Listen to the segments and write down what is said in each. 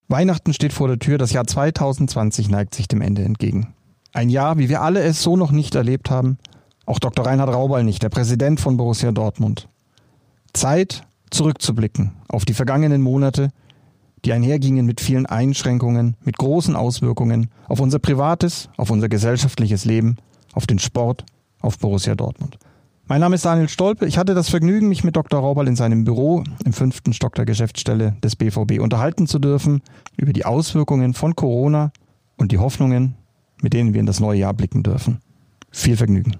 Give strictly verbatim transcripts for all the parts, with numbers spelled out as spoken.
Weihnachten steht vor der Tür, das Jahr zwanzig zwanzig neigt sich dem Ende entgegen. Ein Jahr, wie wir alle es so noch nicht erlebt haben, auch Doktor Reinhard Raubal nicht, der Präsident von Borussia Dortmund. Zeit, zurückzublicken auf die vergangenen Monate, die einhergingen mit vielen Einschränkungen, mit großen Auswirkungen auf unser privates, auf unser gesellschaftliches Leben, auf den Sport, auf Borussia Dortmund. Mein Name ist Daniel Stolpe. Ich hatte das Vergnügen, mich mit Doktor Raubal in seinem Büro im fünften Stock der Geschäftsstelle des B V B unterhalten zu dürfen über die Auswirkungen von Corona und die Hoffnungen, mit denen wir in das neue Jahr blicken dürfen. Viel Vergnügen.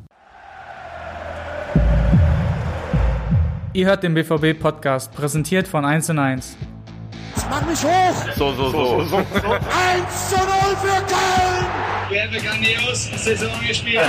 Ihr hört den B V B-Podcast, präsentiert von eins und eins. Mach mich hoch! So, so, so. so. eins zu null für Köln! Wir haben eine grandiose Saison gespielt.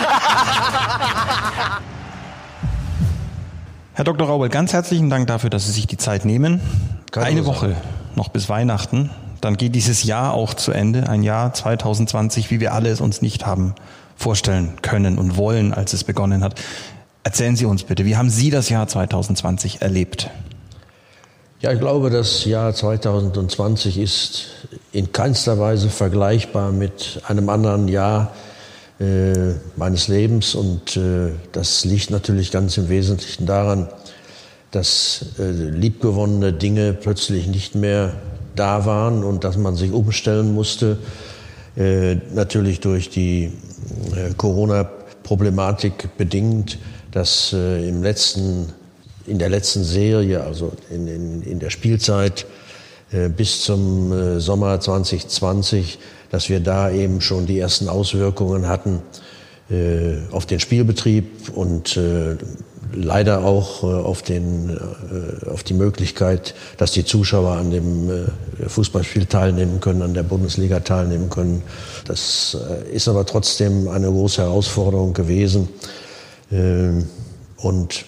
Herr Doktor Raubal, ganz herzlichen Dank dafür, dass Sie sich die Zeit nehmen. Keine Eine Ursache. Woche noch bis Weihnachten. Dann geht dieses Jahr auch zu Ende. Ein Jahr zwanzig zwanzig, wie wir alle es uns nicht haben vorstellen können und wollen, als es begonnen hat. Erzählen Sie uns bitte, wie haben Sie das Jahr zwanzig zwanzig erlebt? Ja, ich glaube, das Jahr zwanzig zwanzig ist in keinster Weise vergleichbar mit einem anderen Jahr äh, meines Lebens. Und äh, das liegt natürlich ganz im Wesentlichen daran, dass äh, liebgewonnene Dinge plötzlich nicht mehr da waren und dass man sich umstellen musste, äh, natürlich durch die äh, Corona-Problematik bedingt, dass äh, im letzten, in der letzten Serie, also in, in, in der Spielzeit äh, bis zum äh, Sommer zwanzig zwanzig, dass wir da eben schon die ersten Auswirkungen hatten äh, auf den Spielbetrieb und äh, leider auch äh, auf, den, äh, auf die Möglichkeit, dass die Zuschauer an dem äh, Fußballspiel teilnehmen können, an der Bundesliga teilnehmen können. Das äh, ist aber trotzdem eine große Herausforderung gewesen. Äh, und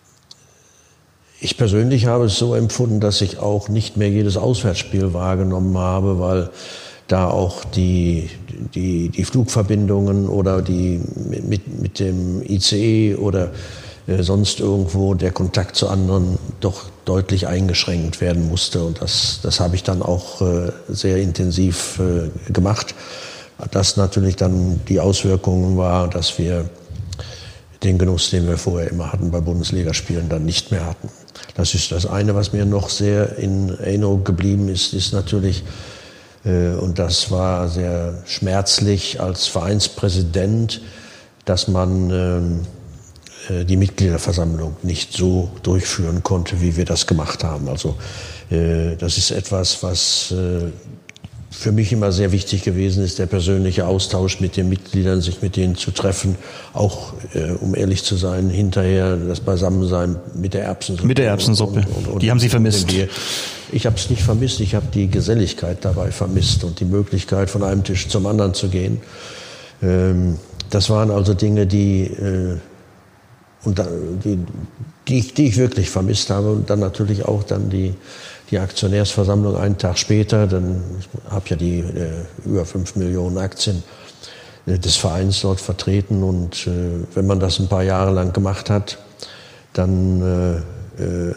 ich persönlich habe es so empfunden, dass ich auch nicht mehr jedes Auswärtsspiel wahrgenommen habe, weil da auch die, die, die Flugverbindungen oder die mit, mit dem I C E oder äh, sonst irgendwo der Kontakt zu anderen doch deutlich eingeschränkt werden musste. Und das, das habe ich dann auch äh, sehr intensiv äh, gemacht. Das natürlich dann die Auswirkungen war, dass wir den Genuss, den wir vorher immer hatten bei Bundesligaspielen, dann nicht mehr hatten. Das ist das eine, was mir noch sehr in Erinnerung geblieben ist, ist natürlich, äh, und das war sehr schmerzlich als Vereinspräsident, dass man äh, die Mitgliederversammlung nicht so durchführen konnte, wie wir das gemacht haben. Also äh, das ist etwas, was äh, für mich immer sehr wichtig gewesen ist, der persönliche Austausch mit den Mitgliedern, sich mit denen zu treffen, auch, äh, um ehrlich zu sein, hinterher das Beisammensein mit der Erbsensuppe. Mit der Erbsensuppe, und, und, und, die haben Sie vermisst. Ich habe es nicht vermisst, ich habe die Geselligkeit dabei vermisst und die Möglichkeit, von einem Tisch zum anderen zu gehen. Ähm, das waren also Dinge, die, äh, und da, die, die, ich, die ich wirklich vermisst habe und dann natürlich auch dann die Die Aktionärsversammlung einen Tag später, dann habe ich ja die äh, über fünf Millionen Aktien äh, des Vereins dort vertreten. Und äh, wenn man das ein paar Jahre lang gemacht hat, dann äh, äh,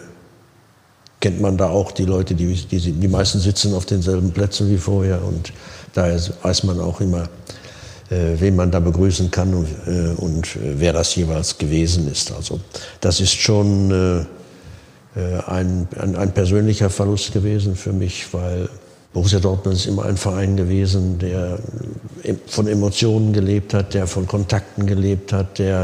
kennt man da auch die Leute, die, die, die meisten sitzen auf denselben Plätzen wie vorher. Und daher weiß man auch immer, äh, wen man da begrüßen kann und, äh, und äh, wer das jeweils gewesen ist. Also das ist schon Äh, Ein, ein, ein persönlicher Verlust gewesen für mich, weil Borussia Dortmund ist immer ein Verein gewesen, der von Emotionen gelebt hat, der von Kontakten gelebt hat, der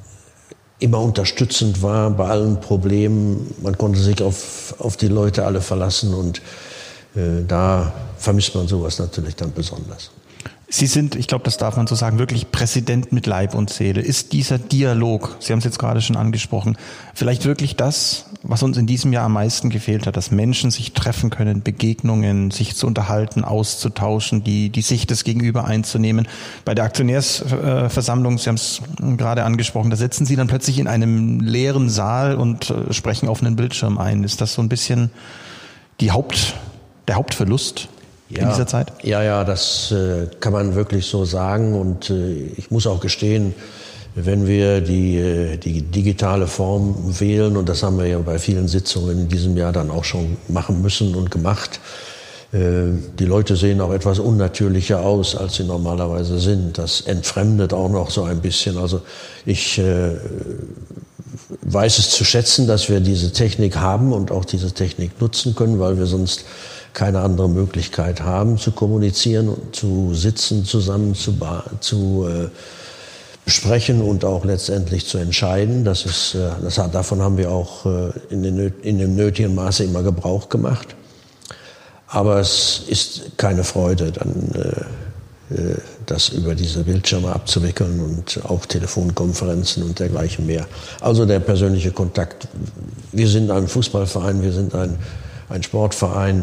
immer unterstützend war bei allen Problemen. Man konnte sich auf, auf die Leute alle verlassen und äh, da vermisst man sowas natürlich dann besonders. Sie sind, ich glaube, das darf man so sagen, wirklich Präsident mit Leib und Seele. Ist dieser Dialog, Sie haben es jetzt gerade schon angesprochen, vielleicht wirklich das, was uns in diesem Jahr am meisten gefehlt hat, dass Menschen sich treffen können, Begegnungen, sich zu unterhalten, auszutauschen, die, die Sicht des Gegenüber einzunehmen. Bei der Aktionärsversammlung, Sie haben es gerade angesprochen, da sitzen Sie dann plötzlich in einem leeren Saal und sprechen auf einen Bildschirm ein. Ist das so ein bisschen die Haupt, der Hauptverlust Ja, in dieser Zeit? Ja, ja, das äh, kann man wirklich so sagen. Und äh, ich muss auch gestehen, wenn wir die, äh, die digitale Form wählen, und das haben wir ja bei vielen Sitzungen in diesem Jahr dann auch schon machen müssen und gemacht, Die Leute sehen auch etwas unnatürlicher aus, als sie normalerweise sind. Das entfremdet auch noch so ein bisschen. Also ich äh, weiß es zu schätzen, dass wir diese Technik haben und auch diese Technik nutzen können, weil wir sonst keine andere Möglichkeit haben, zu kommunizieren und zu sitzen, zusammen zu, zu äh, besprechen und auch letztendlich zu entscheiden. Das ist, äh, das, davon haben wir auch äh, in, den, in dem nötigen Maße immer Gebrauch gemacht. Aber es ist keine Freude, dann äh, das über diese Bildschirme abzuwickeln und auch Telefonkonferenzen und dergleichen mehr. Also der persönliche Kontakt. Wir sind ein Fußballverein, wir sind ein, ein Sportverein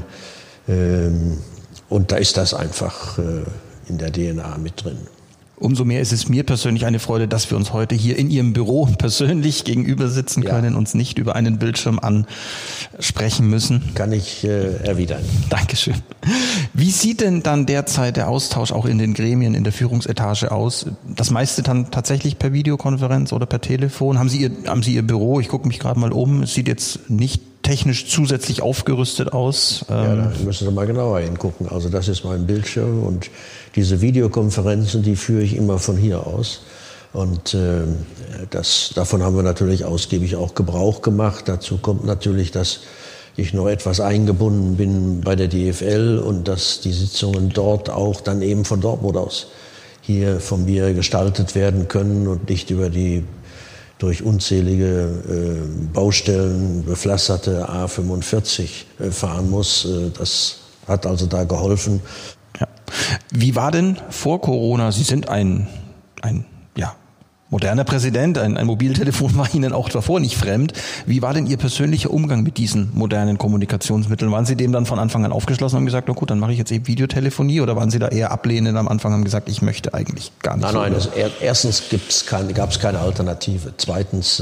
ähm, und da ist das einfach äh, in der D N A mit drin. Umso mehr ist es mir persönlich eine Freude, dass wir uns heute hier in Ihrem Büro persönlich gegenüber sitzen können, ja. uns nicht über einen Bildschirm ansprechen müssen. Kann ich äh, erwidern. Dankeschön. Wie sieht denn dann derzeit der Austausch auch in den Gremien, in der Führungsetage aus? Das meiste dann tatsächlich per Videokonferenz oder per Telefon? Haben Sie Ihr, haben Sie Ihr Büro? Ich gucke mich gerade mal um. Es sieht jetzt nicht technisch zusätzlich aufgerüstet aus. Ja, da müssen Sie mal genauer hingucken. Also das ist mein Bildschirm und diese Videokonferenzen, die führe ich immer von hier aus. Und äh, das, davon haben wir natürlich ausgiebig auch Gebrauch gemacht. Dazu kommt natürlich, dass ich noch etwas eingebunden bin bei der D F L und dass die Sitzungen dort auch dann eben von Dortmund aus hier von mir gestaltet werden können und nicht über die durch unzählige äh, Baustellen bepflasterte A fünfundvierzig äh, fahren muss. Äh, das hat also da geholfen. Ja. Wie war denn vor Corona? Sie sind ein, ein ja, moderner Präsident, ein, ein Mobiltelefon war Ihnen auch davor nicht fremd. Wie war denn Ihr persönlicher Umgang mit diesen modernen Kommunikationsmitteln? Waren Sie dem dann von Anfang an aufgeschlossen und haben gesagt, na gut, dann mache ich jetzt eben Videotelefonie, oder waren Sie da eher ablehnend am Anfang und haben gesagt, ich möchte eigentlich gar nicht? Nein, so nein, das, erstens gibt's kein, gab es keine Alternative. Zweitens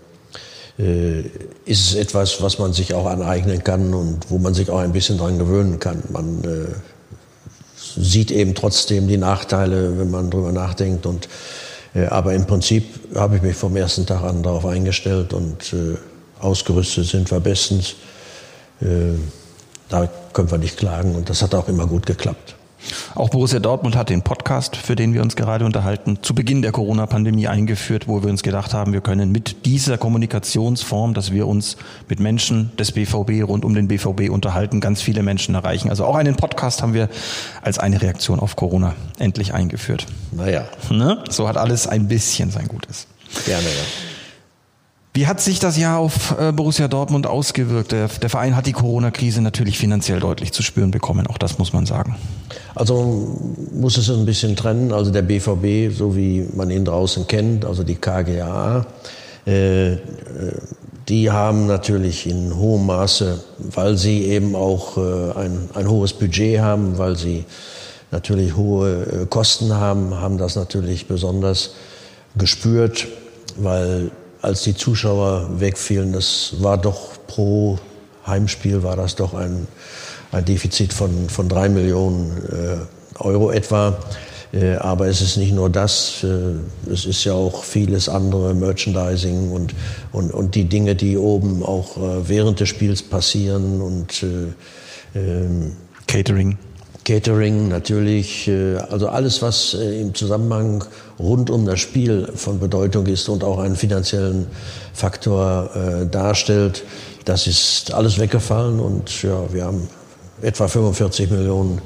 äh, äh, ist es etwas, was man sich auch aneignen kann und wo man sich auch ein bisschen dran gewöhnen kann. Man äh, sieht eben trotzdem die Nachteile, wenn man drüber nachdenkt. Und äh, aber im Prinzip habe ich mich vom ersten Tag an darauf eingestellt und äh, ausgerüstet sind wir bestens. Äh, da können wir nicht klagen und das hat auch immer gut geklappt. Auch Borussia Dortmund hat den Podcast, für den wir uns gerade unterhalten, zu Beginn der Corona-Pandemie eingeführt, wo wir uns gedacht haben, wir können mit dieser Kommunikationsform, dass wir uns mit Menschen des B V B rund um den B V B unterhalten, ganz viele Menschen erreichen. Also auch einen Podcast haben wir als eine Reaktion auf Corona endlich eingeführt. Naja. Ne? So hat alles ein bisschen sein Gutes. Gerne, ja. Wie hat sich das Jahr auf äh, Borussia Dortmund ausgewirkt? Der, der Verein hat die Corona-Krise natürlich finanziell deutlich zu spüren bekommen, auch das muss man sagen. Also muss es ein bisschen trennen, also der B V B, so wie man ihn draußen kennt, also die K G A, äh, die haben natürlich in hohem Maße, weil sie eben auch äh, ein, ein hohes Budget haben, weil sie natürlich hohe äh, Kosten haben, haben das natürlich besonders gespürt, weil als die Zuschauer wegfielen, das war doch pro Heimspiel war das doch ein, ein Defizit von, von drei Millionen äh, Euro etwa. Äh, aber es ist nicht nur das, äh, es ist ja auch vieles andere, Merchandising und, und, und die Dinge, die oben auch äh, während des Spiels passieren und äh, äh, Catering. Catering natürlich, also alles, was im Zusammenhang rund um das Spiel von Bedeutung ist und auch einen finanziellen Faktor äh, darstellt, das ist alles weggefallen und ja, wir haben etwa fünfundvierzig Millionen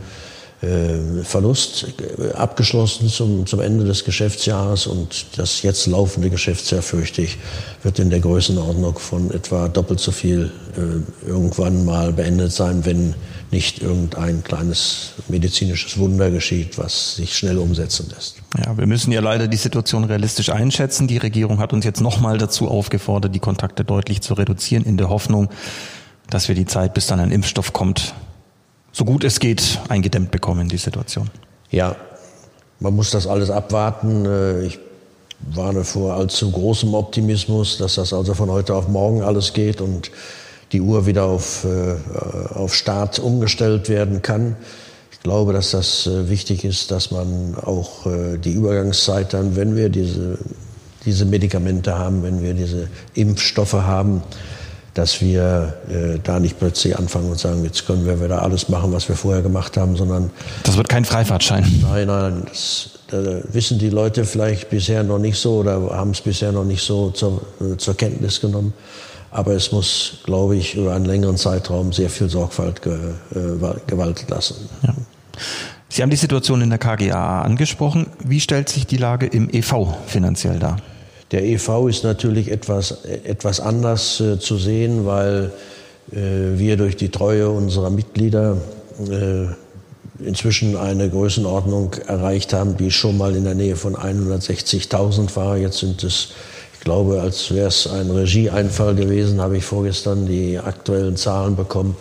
äh, Verlust abgeschlossen zum, zum Ende des Geschäftsjahres und das jetzt laufende Geschäftsjahr, fürchte ich, wird in der Größenordnung von etwa doppelt so viel äh, irgendwann mal beendet sein, wenn nicht irgendein kleines medizinisches Wunder geschieht, was sich schnell umsetzen lässt. Ja, wir müssen ja leider die Situation realistisch einschätzen. Die Regierung hat uns jetzt nochmal dazu aufgefordert, die Kontakte deutlich zu reduzieren, in der Hoffnung, dass wir die Zeit, bis dann ein Impfstoff kommt, so gut es geht, eingedämmt bekommen, die Situation. Ja, man muss das alles abwarten. Ich warne vor allzu großem Optimismus, dass das also von heute auf morgen alles geht und die Uhr wieder auf, äh, auf Start umgestellt werden kann. Ich glaube, dass das äh, wichtig ist, dass man auch äh, die Übergangszeit dann, wenn wir diese, diese Medikamente haben, wenn wir diese Impfstoffe haben, dass wir äh, da nicht plötzlich anfangen und sagen, jetzt können wir wieder alles machen, was wir vorher gemacht haben, sondern... Das wird kein Freifahrtschein. Nein, nein, das da wissen die Leute vielleicht bisher noch nicht so oder haben es bisher noch nicht so zur, äh, zur Kenntnis genommen. Aber es muss, glaube ich, über einen längeren Zeitraum sehr viel Sorgfalt ge, äh, gewaltet lassen. Ja. Sie haben die Situation in der K G A A angesprochen. Wie stellt sich die Lage im E V finanziell dar? Der E V ist natürlich etwas, etwas anders äh, zu sehen, weil äh, wir durch die Treue unserer Mitglieder äh, inzwischen eine Größenordnung erreicht haben, die schon mal in der Nähe von hundertsechzigtausend war. Jetzt sind es, ich glaube, als wäre es ein Regieeinfall gewesen, habe ich vorgestern die aktuellen Zahlen bekommen,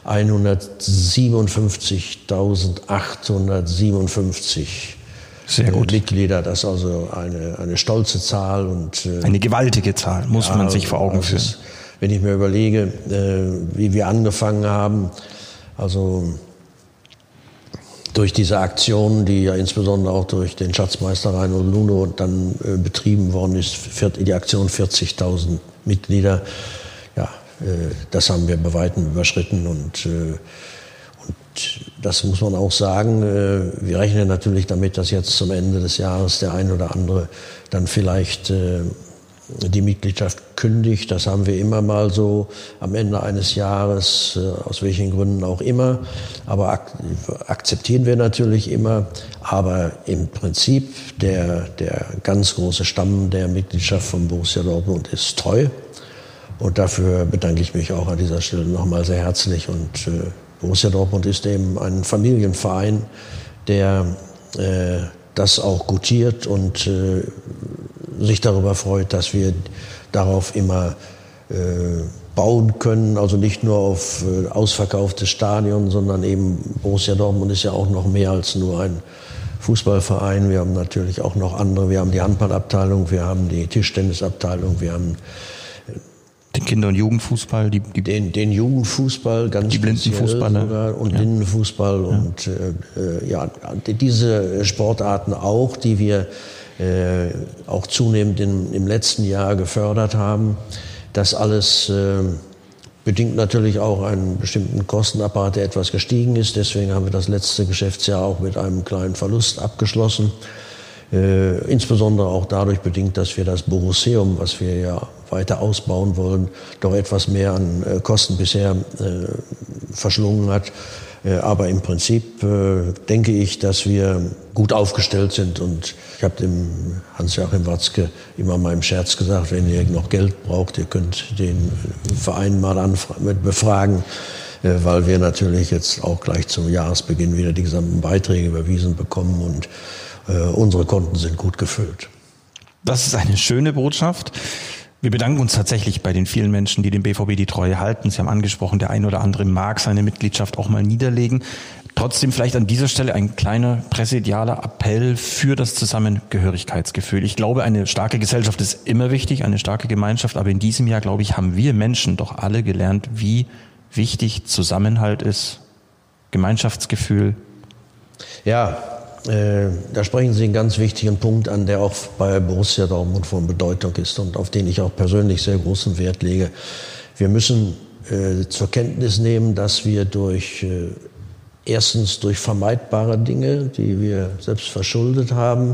hundertsiebenundfünfzigtausendachthundertsiebenundfünfzig Sehr gut. Mitglieder. Das ist also eine, eine stolze Zahl. Und, äh, eine gewaltige Zahl, muss ja, man sich vor Augen führen. Ist, wenn ich mir überlege, äh, wie wir angefangen haben, also durch diese Aktion, die ja insbesondere auch durch den Schatzmeister Reinhold Luno dann äh, betrieben worden ist, die Aktion vierzigtausend Mitglieder, ja, äh, das haben wir bei weitem überschritten und, äh, und das muss man auch sagen. Äh, wir rechnen natürlich damit, dass jetzt zum Ende des Jahres der ein oder andere dann vielleicht äh, die Mitgliedschaft kündigt. Das haben wir immer mal so am Ende eines Jahres, aus welchen Gründen auch immer. Aber ak- akzeptieren wir natürlich immer. Aber im Prinzip der, der ganz große Stamm der Mitgliedschaft von Borussia Dortmund ist treu. Und dafür bedanke ich mich auch an dieser Stelle nochmal sehr herzlich. Und äh, Borussia Dortmund ist eben ein Familienverein, der äh, das auch gutiert und äh, sich darüber freut, dass wir darauf immer äh, bauen können. Also nicht nur auf äh, ausverkauftes Stadion, sondern eben Borussia Dortmund ist ja auch noch mehr als nur ein Fußballverein. Wir haben natürlich auch noch andere. Wir haben die Handballabteilung, wir haben die Tischtennisabteilung, wir haben den Kinder- und Jugendfußball, die, die den, den Jugendfußball, ganz die Blindenfußballer sogar, und ja. Blindenfußball ja. und äh, ja, diese Sportarten auch, die wir äh, auch zunehmend in, im letzten Jahr gefördert haben. Das alles äh, bedingt natürlich auch einen bestimmten Kostenapparat, der etwas gestiegen ist. Deswegen haben wir das letzte Geschäftsjahr auch mit einem kleinen Verlust abgeschlossen. Äh, insbesondere auch dadurch bedingt, dass wir das Borusseum, was wir ja weiter ausbauen wollen, doch etwas mehr an äh, Kosten bisher äh, verschlungen hat. Äh, aber im Prinzip äh, denke ich, dass wir gut aufgestellt sind. Und ich habe dem Hans-Joachim Watzke immer mal im Scherz gesagt, wenn ihr noch Geld braucht, ihr könnt den Verein mal anfra- mit befragen, äh, weil wir natürlich jetzt auch gleich zum Jahresbeginn wieder die gesamten Beiträge überwiesen bekommen und äh, unsere Konten sind gut gefüllt. Das ist eine schöne Botschaft. Wir bedanken uns tatsächlich bei den vielen Menschen, die dem B V B die Treue halten. Sie haben angesprochen, der ein oder andere mag seine Mitgliedschaft auch mal niederlegen. Trotzdem vielleicht an dieser Stelle ein kleiner präsidialer Appell für das Zusammengehörigkeitsgefühl. Ich glaube, eine starke Gesellschaft ist immer wichtig, eine starke Gemeinschaft. Aber in diesem Jahr, glaube ich, haben wir Menschen doch alle gelernt, wie wichtig Zusammenhalt ist, Gemeinschaftsgefühl. Ja, Äh, da sprechen Sie einen ganz wichtigen Punkt an, der auch bei Borussia Dortmund von Bedeutung ist und auf den ich auch persönlich sehr großen Wert lege. Wir müssen äh, zur Kenntnis nehmen, dass wir durch äh, erstens durch vermeidbare Dinge, die wir selbst verschuldet haben,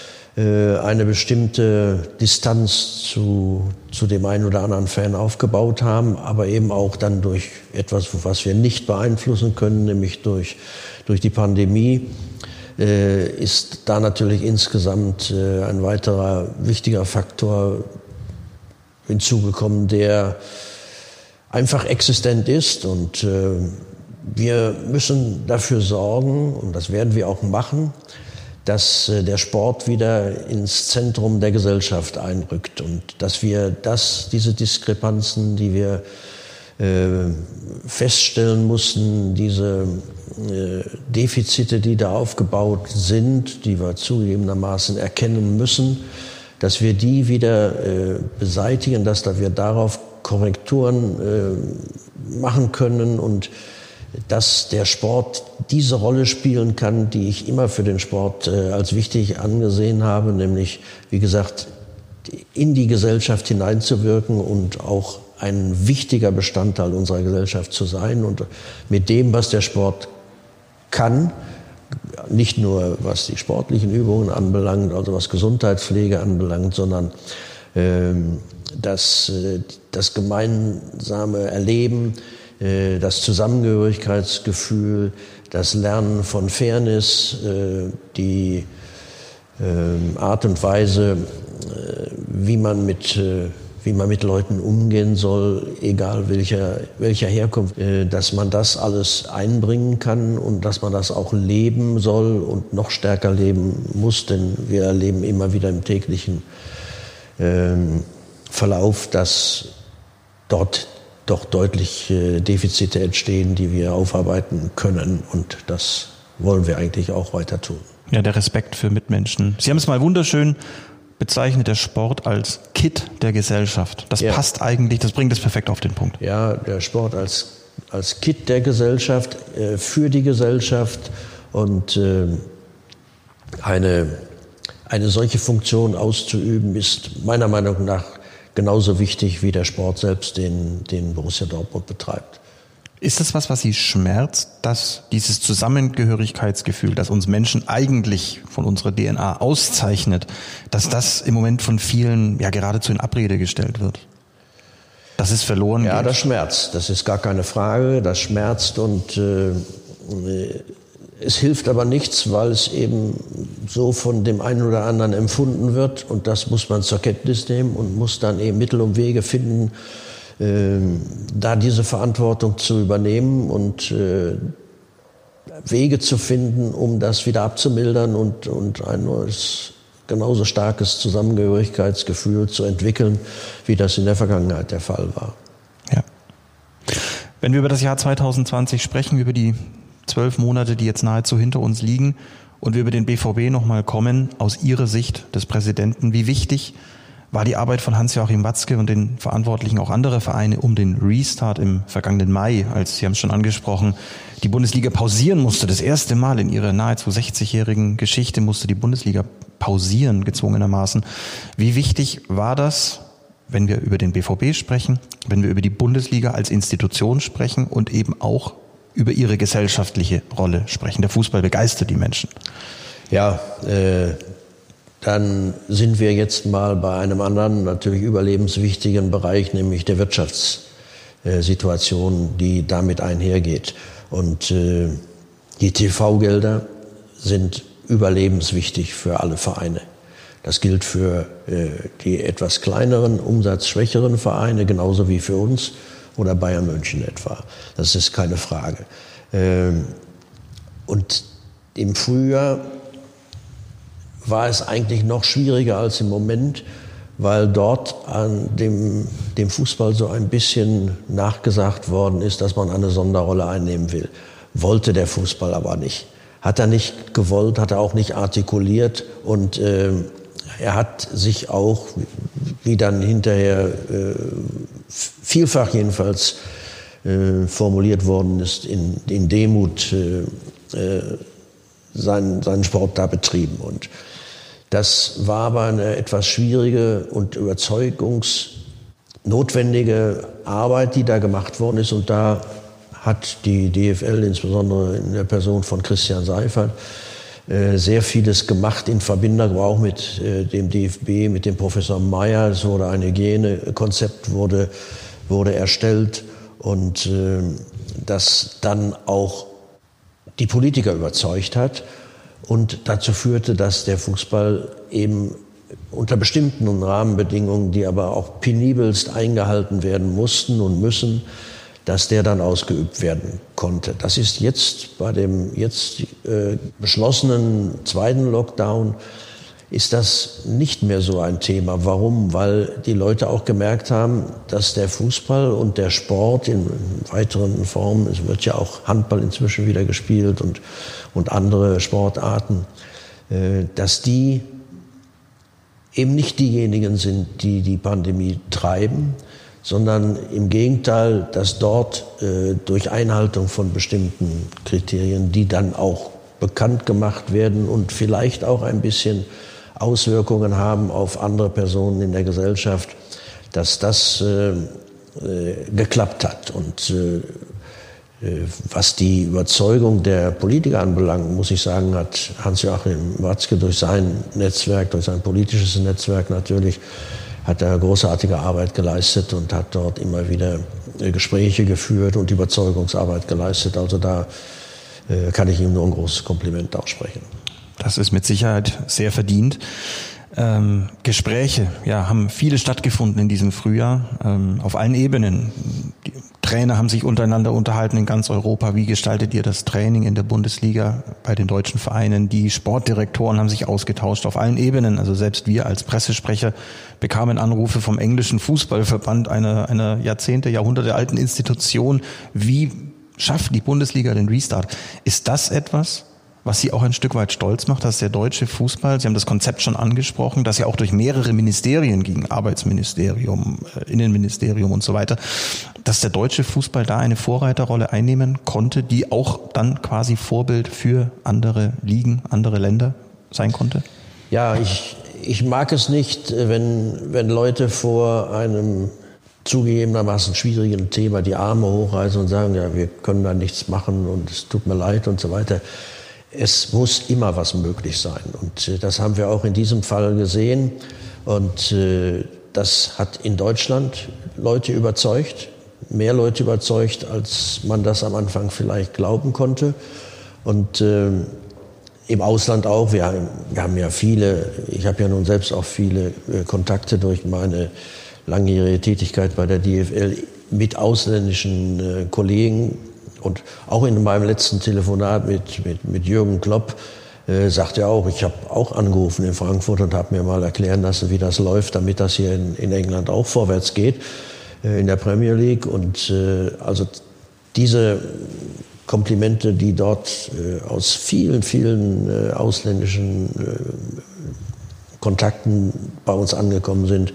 äh, eine bestimmte Distanz zu, zu dem einen oder anderen Fan aufgebaut haben, aber eben auch dann durch etwas, was wir nicht beeinflussen können, nämlich durch, durch die Pandemie. Äh, ist da natürlich insgesamt äh, ein weiterer wichtiger Faktor hinzugekommen, der einfach existent ist. Und äh, wir müssen dafür sorgen, und das werden wir auch machen, dass äh, der Sport wieder ins Zentrum der Gesellschaft einrückt und dass wir das, diese Diskrepanzen, die wir äh, feststellen mussten, diese äh, Defizite, die da aufgebaut sind, die wir zugegebenermaßen erkennen müssen, dass wir die wieder äh, beseitigen, dass da wir darauf Korrekturen äh, machen können und dass der Sport diese Rolle spielen kann, die ich immer für den Sport äh, als wichtig angesehen habe, nämlich, wie gesagt, in die Gesellschaft hineinzuwirken und auch ein wichtiger Bestandteil unserer Gesellschaft zu sein und mit dem, was der Sport kann, nicht nur was die sportlichen Übungen anbelangt, also was Gesundheitspflege anbelangt, sondern ähm, das, äh, das gemeinsame Erleben, äh, das Zusammengehörigkeitsgefühl, das Lernen von Fairness, äh, die äh, Art und Weise, äh, wie man mit äh, wie man mit Leuten umgehen soll, egal welcher, welcher Herkunft, dass man das alles einbringen kann und dass man das auch leben soll und noch stärker leben muss, denn wir erleben immer wieder im täglichen ähm, Verlauf, dass dort doch deutlich äh, Defizite entstehen, die wir aufarbeiten können, und das wollen wir eigentlich auch weiter tun. Ja, der Respekt für Mitmenschen. Sie haben es mal wunderschön bezeichnet, der Sport als Kit der Gesellschaft. Das ja. passt eigentlich, das bringt es perfekt auf den Punkt. Ja, der Sport als, als Kit der Gesellschaft, äh, für die Gesellschaft, und äh, eine, eine solche Funktion auszuüben, ist meiner Meinung nach genauso wichtig wie der Sport selbst, den, den Borussia Dortmund betreibt. Ist das was, was Sie schmerzt, dass dieses Zusammengehörigkeitsgefühl, das uns Menschen eigentlich von unserer D N A auszeichnet, dass das im Moment von vielen ja geradezu in Abrede gestellt wird? Dass es verloren geht? Ja, das schmerzt. Das ist gar keine Frage. Das schmerzt, und äh, es hilft aber nichts, weil es eben so von dem einen oder anderen empfunden wird, und das muss man zur Kenntnis nehmen und muss dann eben Mittel und Wege finden, Äh, da diese Verantwortung zu übernehmen und äh, Wege zu finden, um das wieder abzumildern und, und ein neues, genauso starkes Zusammengehörigkeitsgefühl zu entwickeln, wie das in der Vergangenheit der Fall war. Ja. Wenn wir über das Jahr zwanzig zwanzig sprechen, über die zwölf Monate, die jetzt nahezu hinter uns liegen, und wir über den B V B nochmal kommen, aus Ihrer Sicht des Präsidenten, wie wichtig war die Arbeit von Hans-Joachim Watzke und den Verantwortlichen auch anderer Vereine um den Restart im vergangenen Mai, als, Sie haben es schon angesprochen, die Bundesliga pausieren musste. Das erste Mal in ihrer nahezu sechzigjährigen Geschichte musste die Bundesliga pausieren, gezwungenermaßen. Wie wichtig war das, wenn wir über den B V B sprechen, wenn wir über die Bundesliga als Institution sprechen und eben auch über ihre gesellschaftliche Rolle sprechen? Der Fußball begeistert die Menschen. Ja, äh dann sind wir jetzt mal bei einem anderen, natürlich überlebenswichtigen Bereich, nämlich der Wirtschaftssituation, die damit einhergeht. Und äh, die T V-Gelder sind überlebenswichtig für alle Vereine. Das gilt für äh, die etwas kleineren, umsatzschwächeren Vereine, genauso wie für uns oder Bayern München etwa. Das ist keine Frage. Ähm, und im Frühjahr war es eigentlich noch schwieriger als im Moment, weil dort an dem, dem Fußball so ein bisschen nachgesagt worden ist, dass man eine Sonderrolle einnehmen will. Wollte der Fußball aber nicht. Hat er nicht gewollt, hat er auch nicht artikuliert, und äh, er hat sich auch, wie dann hinterher äh, vielfach jedenfalls äh, formuliert worden ist, in, in Demut äh, äh, seinen, seinen Sport da betrieben. Und das war aber eine etwas schwierige und überzeugungsnotwendige Arbeit, die da gemacht worden ist. Und da hat die D F L, insbesondere in der Person von Christian Seifert, sehr vieles gemacht in Verbindung, aber auch mit dem D F B, mit dem Professor Meyer. Es wurde ein Hygienekonzept wurde, wurde erstellt, und das dann auch die Politiker überzeugt hat und dazu führte, dass der Fußball eben unter bestimmten Rahmenbedingungen, die aber auch penibelst eingehalten werden mussten und müssen, dass der dann ausgeübt werden konnte. Das ist jetzt bei dem jetzt äh, beschlossenen zweiten Lockdown ist das nicht mehr so ein Thema. Warum? Weil die Leute auch gemerkt haben, dass der Fußball und der Sport in weiteren Formen, es wird ja auch Handball inzwischen wieder gespielt und, und andere Sportarten, äh, dass die eben nicht diejenigen sind, die die Pandemie treiben, sondern im Gegenteil, dass dort äh, durch Einhaltung von bestimmten Kriterien, die dann auch bekannt gemacht werden und vielleicht auch ein bisschen Auswirkungen haben auf andere Personen in der Gesellschaft, dass das äh, äh, geklappt hat. Und äh, was die Überzeugung der Politiker anbelangt, muss ich sagen, hat Hans-Joachim Watzke durch sein Netzwerk, durch sein politisches Netzwerk natürlich, hat er großartige Arbeit geleistet und hat dort immer wieder Gespräche geführt und Überzeugungsarbeit geleistet. Also da äh, kann ich ihm nur ein großes Kompliment aussprechen. Das ist mit Sicherheit sehr verdient. Ähm, Gespräche, ja, haben viele stattgefunden in diesem Frühjahr, ähm, auf allen Ebenen. Die Trainer haben sich untereinander unterhalten in ganz Europa. Wie gestaltet ihr das Training in der Bundesliga bei den deutschen Vereinen? Die Sportdirektoren haben sich ausgetauscht auf allen Ebenen. Also selbst wir als Pressesprecher bekamen Anrufe vom englischen Fußballverband, einer, einer Jahrzehnte, Jahrhunderte alten Institution. Wie schafft die Bundesliga den Restart? Ist das etwas, was Sie auch ein Stück weit stolz macht, dass der deutsche Fußball, Sie haben das Konzept schon angesprochen, dass ja auch durch mehrere Ministerien ging, Arbeitsministerium, Innenministerium und so weiter, dass der deutsche Fußball da eine Vorreiterrolle einnehmen konnte, die auch dann quasi Vorbild für andere Ligen, andere Länder sein konnte? Ja, ich, ich mag es nicht, wenn, wenn Leute vor einem zugegebenermaßen schwierigen Thema die Arme hochreißen und sagen, ja, wir können da nichts machen und es tut mir leid und so weiter. Es muss immer was möglich sein. Und äh, das haben wir auch in diesem Fall gesehen. Und äh, das hat in Deutschland Leute überzeugt, mehr Leute überzeugt, als man das am Anfang vielleicht glauben konnte. Und äh, im Ausland auch. Wir haben, wir haben ja viele, ich habe ja nun selbst auch viele äh, Kontakte durch meine langjährige Tätigkeit bei der D F L mit ausländischen äh, Kollegen. Und auch in meinem letzten Telefonat mit, mit, mit Jürgen Klopp äh, sagt er auch, ich habe auch angerufen in Frankfurt und habe mir mal erklären lassen, wie das läuft, damit das hier in, in England auch vorwärts geht, äh, in der Premier League. Und äh, also diese Komplimente, die dort äh, aus vielen, vielen äh, ausländischen äh, Kontakten bei uns angekommen sind,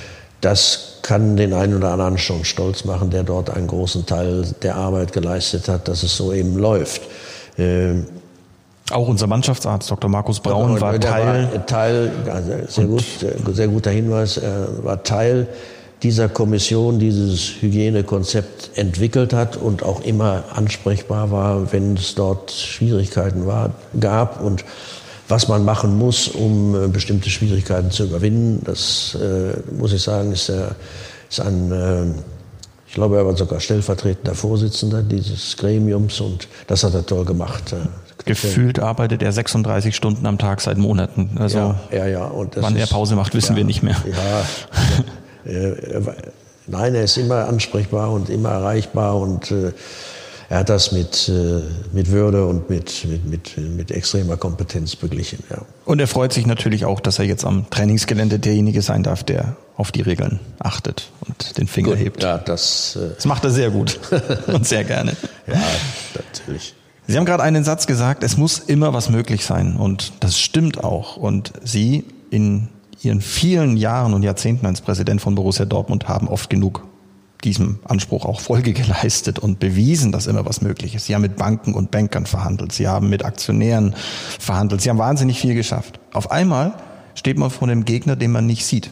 das kann den einen oder anderen schon stolz machen, der dort einen großen Teil der Arbeit geleistet hat, dass es so eben läuft. Ähm Auch unser Mannschaftsarzt Doktor Markus Braun war Teil. War Teil, sehr gut, sehr guter Hinweis, er war Teil dieser Kommission, dieses Hygienekonzept entwickelt hat und auch immer ansprechbar war, wenn es dort Schwierigkeiten war, gab und was man machen muss, um äh, bestimmte Schwierigkeiten zu überwinden. Das, äh, muss ich sagen, ist, er, ist ein, äh, ich glaube, er war sogar stellvertretender Vorsitzender dieses Gremiums und das hat er toll gemacht. Gefühlt arbeitet er sechsunddreißig Stunden am Tag seit Monaten. Also ja, ja, ja. Und das wann ist, er Pause macht, wissen ja, wir nicht mehr. Ja, er, er, nein, er ist immer ansprechbar und immer erreichbar und äh, er hat das mit, mit Würde und mit, mit, mit, mit extremer Kompetenz beglichen. Ja. Und er freut sich natürlich auch, dass er jetzt am Trainingsgelände derjenige sein darf, der auf die Regeln achtet und den Finger gut, hebt. Ja, das, äh das macht er sehr gut und sehr gerne. Ja, natürlich. Sie haben gerade einen Satz gesagt, es muss immer was möglich sein. Und das stimmt auch. Und Sie in Ihren vielen Jahren und Jahrzehnten als Präsident von Borussia Dortmund haben oft genug diesem Anspruch auch Folge geleistet und bewiesen, dass immer was möglich ist. Sie haben mit Banken und Bankern verhandelt, Sie haben mit Aktionären verhandelt, Sie haben wahnsinnig viel geschafft. Auf einmal steht man vor einem Gegner, den man nicht sieht.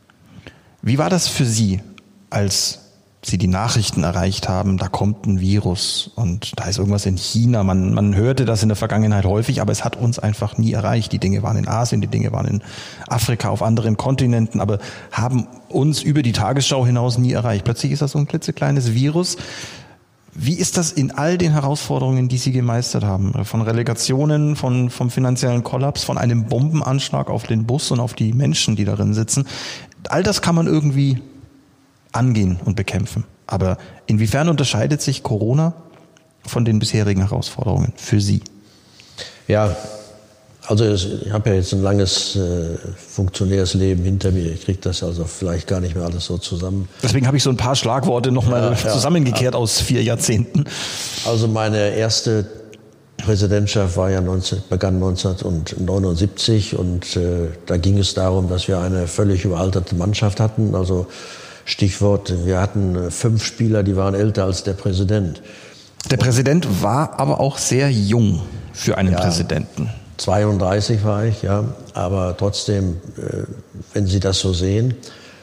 Wie war das für Sie, als Sie die Nachrichten erreicht haben, da kommt ein Virus und da ist irgendwas in China. Man, man hörte das in der Vergangenheit häufig, aber es hat uns einfach nie erreicht. Die Dinge waren in Asien, die Dinge waren in Afrika, auf anderen Kontinenten, aber haben uns über die Tagesschau hinaus nie erreicht. Plötzlich ist das so ein klitzekleines Virus. Wie ist das in all den Herausforderungen, die Sie gemeistert haben? Von Relegationen, von, vom finanziellen Kollaps, von einem Bombenanschlag auf den Bus und auf die Menschen, die darin sitzen. All das kann man irgendwie angehen und bekämpfen. Aber inwiefern unterscheidet sich Corona von den bisherigen Herausforderungen für Sie? Ja, also ich habe ja jetzt ein langes äh, funktionäres Leben hinter mir. Ich kriege das also vielleicht gar nicht mehr alles so zusammen. Deswegen habe ich so ein paar Schlagworte nochmal ja, zusammengekehrt ja. aus vier Jahrzehnten. Also meine erste Präsidentschaft war ja neunzehn, begann neunzehnhundertneunundsiebzig und äh, da ging es darum, dass wir eine völlig überalterte Mannschaft hatten. Also Stichwort, wir hatten fünf Spieler, die waren älter als der Präsident. Der Präsident war aber auch sehr jung für einen ja, Präsidenten. zweiunddreißig war ich, ja. Aber trotzdem, wenn Sie das so sehen,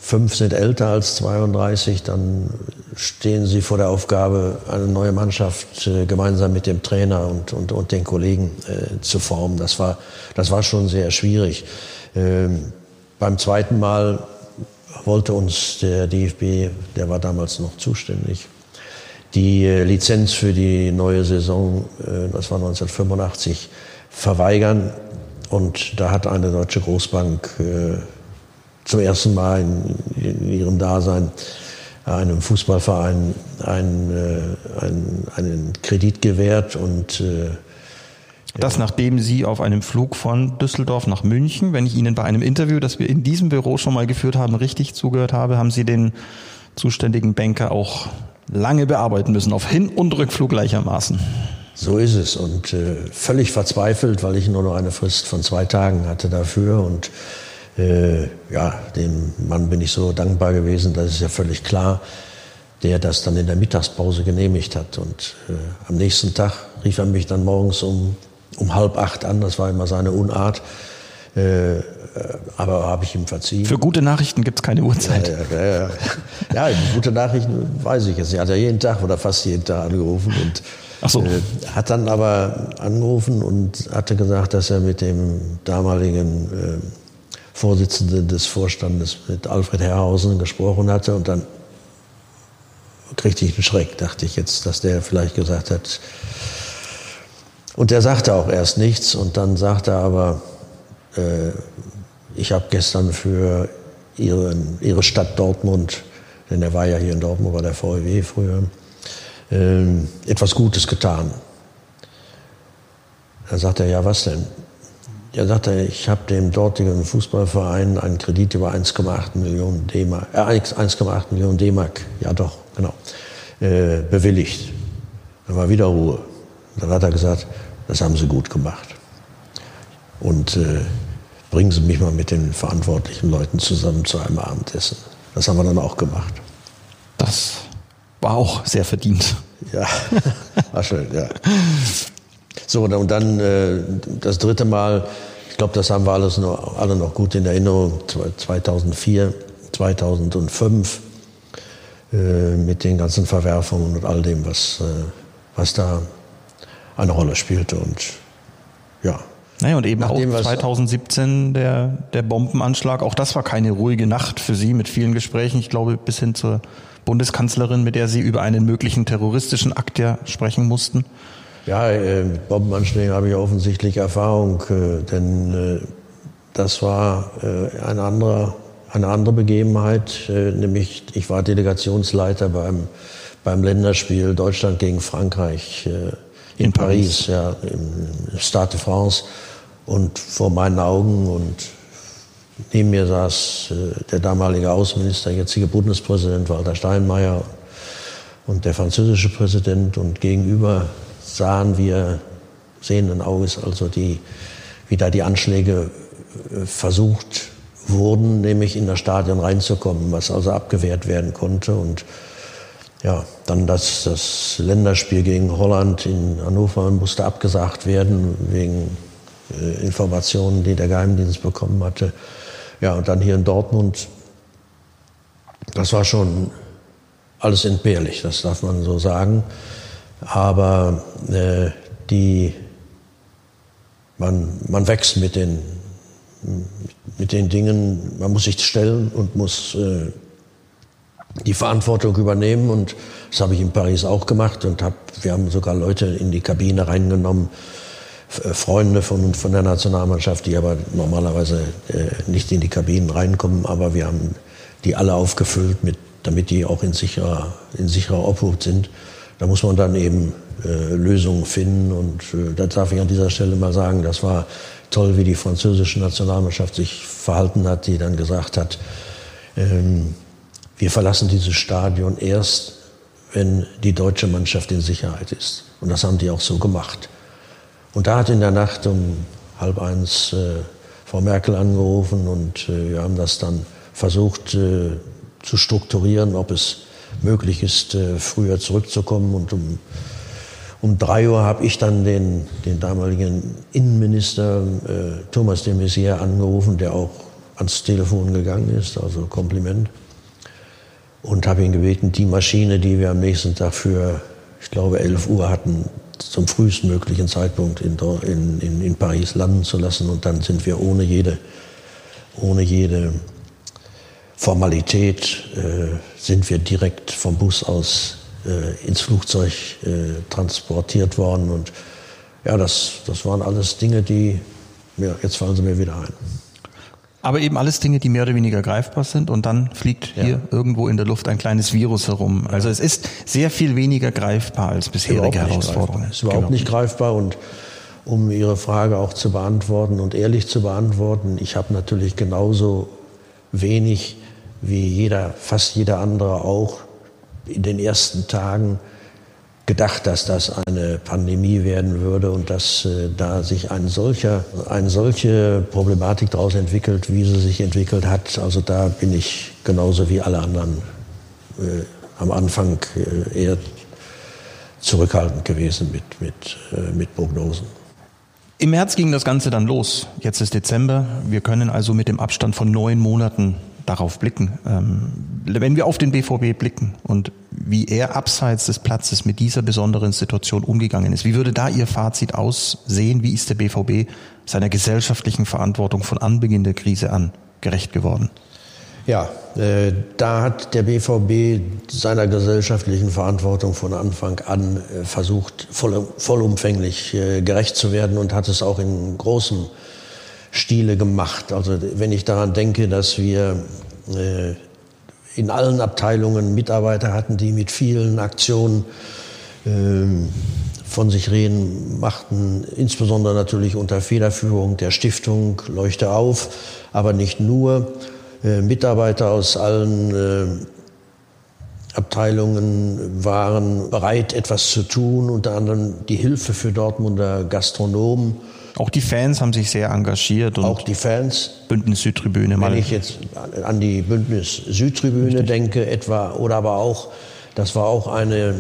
fünf sind älter als zweiunddreißig, dann stehen sie vor der Aufgabe, eine neue Mannschaft äh, gemeinsam mit dem Trainer und, und, und den Kollegen äh, zu formen. Das war, das war schon sehr schwierig. Ähm, beim zweiten Mal wollte uns der D F B, der war damals noch zuständig, die äh, Lizenz für die neue Saison, äh, das war neunzehnhundertfünfundachtzig, verweigern. Und da hat eine deutsche Großbank äh, zum ersten Mal in, in ihrem Dasein einem Fußballverein einen, äh, einen, einen Kredit gewährt. Und äh, das, nachdem Sie auf einem Flug von Düsseldorf nach München, wenn ich Ihnen bei einem Interview, das wir in diesem Büro schon mal geführt haben, richtig zugehört habe, haben Sie den zuständigen Banker auch lange bearbeiten müssen, auf Hin- und Rückflug gleichermaßen. So ist es. Und äh, völlig verzweifelt, weil ich nur noch eine Frist von zwei Tagen hatte dafür. Und äh, ja, dem Mann bin ich so dankbar gewesen, das ist ja völlig klar, der das dann in der Mittagspause genehmigt hat. Und äh, am nächsten Tag rief er mich dann morgens um, um halb acht an. Das war immer seine Unart. Äh, aber habe ich ihm verziehen. Für gute Nachrichten gibt es keine Uhrzeit. Ja, ja, ja, ja. ja, gute Nachrichten weiß ich jetzt nicht. Er hat ja jeden Tag oder fast jeden Tag angerufen und Ach so. äh, hat dann aber angerufen und hatte gesagt, dass er mit dem damaligen äh, Vorsitzenden des Vorstandes, mit Alfred Herrhausen, gesprochen hatte. Und dann kriegte ich einen Schreck, dachte ich jetzt, dass der vielleicht gesagt hat. Und der sagte auch erst nichts und dann sagte er aber, äh, ich habe gestern für ihren, ihre Stadt Dortmund, denn er war ja hier in Dortmund bei der V E W früher, äh, etwas Gutes getan. Dann sagt er, ja, was denn? Er sagte, ich habe dem dortigen Fußballverein einen Kredit über eins Komma acht Millionen D-Mark, äh, eins Komma acht Millionen D-Mark, ja doch, genau, äh, bewilligt. Dann war wieder Ruhe. Dann hat er gesagt, das haben Sie gut gemacht. Und äh, bringen Sie mich mal mit den verantwortlichen Leuten zusammen zu einem Abendessen. Das haben wir dann auch gemacht. Das war auch sehr verdient. Ja, war schön, ja. So, und dann äh, das dritte Mal, ich glaube, das haben wir alles noch, alle noch gut in Erinnerung, zweitausendvier, zweitausendfünf, äh, mit den ganzen Verwerfungen und all dem, was, äh, was da eine Rolle spielte. Und ja. Naja, und eben Nachdem auch zweitausendsiebzehn der, der Bombenanschlag, auch das war keine ruhige Nacht für Sie mit vielen Gesprächen, ich glaube bis hin zur Bundeskanzlerin, mit der Sie über einen möglichen terroristischen Akt ja sprechen mussten. Ja, äh, mit Bombenanschlägen habe ich offensichtlich Erfahrung, äh, denn äh, das war äh, ein anderer, eine andere Begebenheit, äh, nämlich ich war Delegationsleiter beim, beim Länderspiel Deutschland gegen Frankreich äh, in, in Paris, Paris, ja, im Stade de France, und vor meinen Augen und neben mir saß äh, der damalige Außenminister, jetzige Bundespräsident Walter Steinmeier und der französische Präsident, und gegenüber sahen wir sehenden Auges also die, wie da die Anschläge äh, versucht wurden, nämlich in das Stadion reinzukommen, was also abgewehrt werden konnte. Und ja, dann das, das Länderspiel gegen Holland in Hannover musste abgesagt werden wegen äh, Informationen, die der Geheimdienst bekommen hatte. Ja, und dann hier in Dortmund, das war schon alles entbehrlich, das darf man so sagen. Aber äh, die, man, man wächst mit den, mit den Dingen, man muss sich stellen und muss äh, die Verantwortung übernehmen. Und das habe ich in Paris auch gemacht und hab, wir haben sogar Leute in die Kabine reingenommen, Freunde von, von der Nationalmannschaft, die aber normalerweise äh, nicht in die Kabinen reinkommen, aber wir haben die alle aufgefüllt, mit, damit die auch in sicherer, in sicherer Obhut sind. Da muss man dann eben äh, Lösungen finden, und äh, das darf ich an dieser Stelle mal sagen, das war toll, wie die französische Nationalmannschaft sich verhalten hat, die dann gesagt hat, ähm, wir verlassen dieses Stadion erst, wenn die deutsche Mannschaft in Sicherheit ist. Und das haben die auch so gemacht. Und da hat in der Nacht um halb eins äh, Frau Merkel angerufen, und äh, wir haben das dann versucht äh, zu strukturieren, ob es möglich ist, äh, früher zurückzukommen. Und um, um drei Uhr habe ich dann den, den damaligen Innenminister äh, Thomas de Maizière angerufen, der auch ans Telefon gegangen ist, also Kompliment. Und habe ihn gebeten, die Maschine, die wir am nächsten Tag für, ich glaube, elf Uhr hatten, zum frühestmöglichen Zeitpunkt in, in, in Paris landen zu lassen. Und dann sind wir ohne jede, ohne jede Formalität, äh, sind wir direkt vom Bus aus äh, ins Flugzeug äh, transportiert worden. Und ja, das, das waren alles Dinge, die, ja, jetzt fallen sie mir wieder ein. Aber eben alles Dinge, die mehr oder weniger greifbar sind, und dann fliegt hier ja. irgendwo in der Luft ein kleines Virus herum. Also es ist sehr viel weniger greifbar als bisherige Herausforderungen. Es ist überhaupt nicht greifbar, und um Ihre Frage auch zu beantworten und ehrlich zu beantworten, ich habe natürlich genauso wenig wie jeder, fast jeder andere auch in den ersten Tagen gedacht, dass das eine Pandemie werden würde und dass äh, da sich ein solcher, eine solche Problematik daraus entwickelt, wie sie sich entwickelt hat. Also da bin ich genauso wie alle anderen äh, am Anfang äh, eher zurückhaltend gewesen mit, mit, äh, mit Prognosen. Im März ging das Ganze dann los. Jetzt ist Dezember. Wir können also mit dem Abstand von neun Monaten darauf blicken. Ähm, wenn wir auf den B V B blicken und wie er abseits des Platzes mit dieser besonderen Situation umgegangen ist, wie würde da Ihr Fazit aussehen? Wie ist der B V B seiner gesellschaftlichen Verantwortung von Anbeginn der Krise an gerecht geworden? Ja, äh, da hat der B V B seiner gesellschaftlichen Verantwortung von Anfang an äh, versucht, voll, vollumfänglich äh, gerecht zu werden und hat es auch in großem Stile gemacht. Also wenn ich daran denke, dass wir äh, in allen Abteilungen Mitarbeiter hatten, die mit vielen Aktionen äh, von sich reden machten, insbesondere natürlich unter Federführung der Stiftung Leuchte auf, aber nicht nur. Äh, Mitarbeiter aus allen äh, Abteilungen waren bereit, etwas zu tun, unter anderem die Hilfe für Dortmunder Gastronomen. Auch die Fans haben sich sehr engagiert. Und auch die Fans. Bündnis Südtribüne. Wenn ich jetzt an die Bündnis Südtribüne denke etwa, oder aber auch, das war auch eine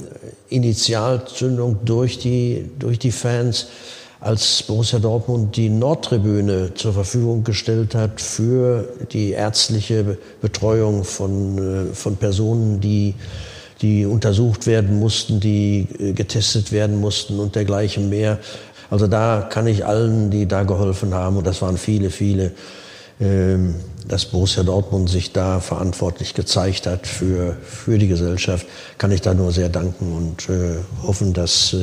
Initialzündung durch die, durch die Fans, als Borussia Dortmund die Nordtribüne zur Verfügung gestellt hat für die ärztliche Betreuung von, von Personen, die, die untersucht werden mussten, die getestet werden mussten und dergleichen mehr. Also da kann ich allen, die da geholfen haben, und das waren viele, viele, ähm, dass Borussia Dortmund sich da verantwortlich gezeigt hat für, für die Gesellschaft, kann ich da nur sehr danken und äh, hoffen, dass,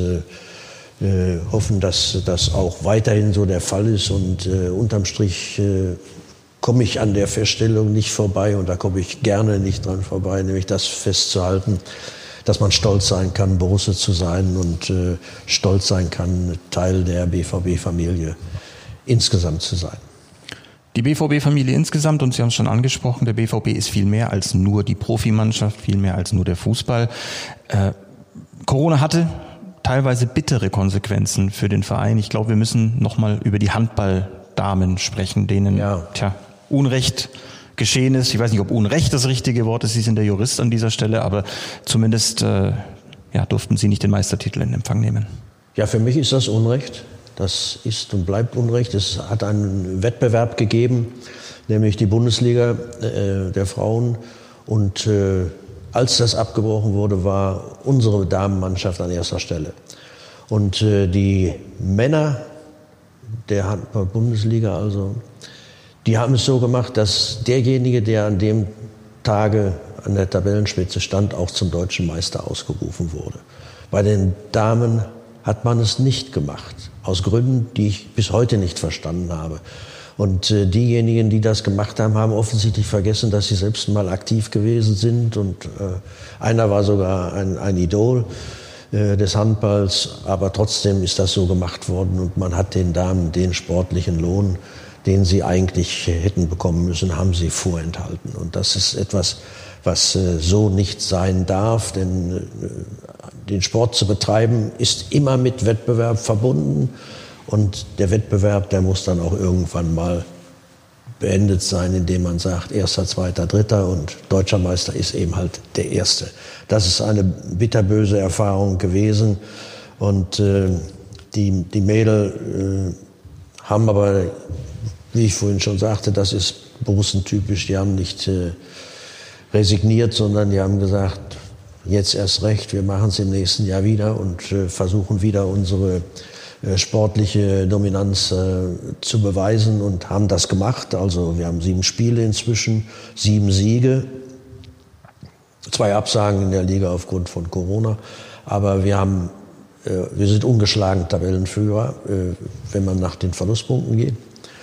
äh, äh, hoffen, dass das auch weiterhin so der Fall ist. Und äh, unterm Strich äh, komme ich an der Feststellung nicht vorbei, und da komme ich gerne nicht dran vorbei, nämlich das festzuhalten, dass man stolz sein kann, Borusse zu sein und äh, stolz sein kann, Teil der B V B-Familie insgesamt zu sein. Die B V B-Familie insgesamt, und Sie haben es schon angesprochen, der B V B ist viel mehr als nur die Profimannschaft, viel mehr als nur der Fußball. Äh, Corona hatte teilweise bittere Konsequenzen für den Verein. Ich glaube, wir müssen nochmal über die Handballdamen sprechen, denen ja. tja, Unrecht geschehen ist. Ich weiß nicht, ob Unrecht das richtige Wort ist, Sie sind der Jurist an dieser Stelle, aber zumindest äh, ja, durften Sie nicht den Meistertitel in Empfang nehmen. Ja, für mich ist das Unrecht. Das ist und bleibt Unrecht. Es hat einen Wettbewerb gegeben, nämlich die Bundesliga äh, der Frauen. Und äh, als das abgebrochen wurde, war unsere Damenmannschaft an erster Stelle. Und äh, die Männer der Handball-Bundesliga, also die haben es so gemacht, dass derjenige, der an dem Tage an der Tabellenspitze stand, auch zum deutschen Meister ausgerufen wurde. Bei den Damen hat man es nicht gemacht, aus Gründen, die ich bis heute nicht verstanden habe. Und äh, diejenigen, die das gemacht haben, haben offensichtlich vergessen, dass sie selbst mal aktiv gewesen sind. Und äh, einer war sogar ein, ein Idol äh, des Handballs, aber trotzdem ist das so gemacht worden. Und man hat den Damen den sportlichen Lohn, den sie eigentlich hätten bekommen müssen, haben sie vorenthalten. Und das ist etwas, was äh, so nicht sein darf, denn äh, den Sport zu betreiben ist immer mit Wettbewerb verbunden, und der Wettbewerb, der muss dann auch irgendwann mal beendet sein, indem man sagt, erster, zweiter, dritter, und deutscher Meister ist eben halt der erste. Das ist eine bitterböse Erfahrung gewesen, und äh, die, die Mädel äh, haben aber wie ich vorhin schon sagte, das ist Borussen-typisch. Die haben nicht äh, resigniert, sondern die haben gesagt, jetzt erst recht, wir machen es im nächsten Jahr wieder und äh, versuchen wieder unsere äh, sportliche Dominanz äh, zu beweisen und haben das gemacht. Also wir haben sieben Spiele inzwischen, sieben Siege, zwei Absagen in der Liga aufgrund von Corona. Aber wir haben, äh, wir sind ungeschlagen Tabellenführer, äh, wenn man nach den Verlustpunkten geht.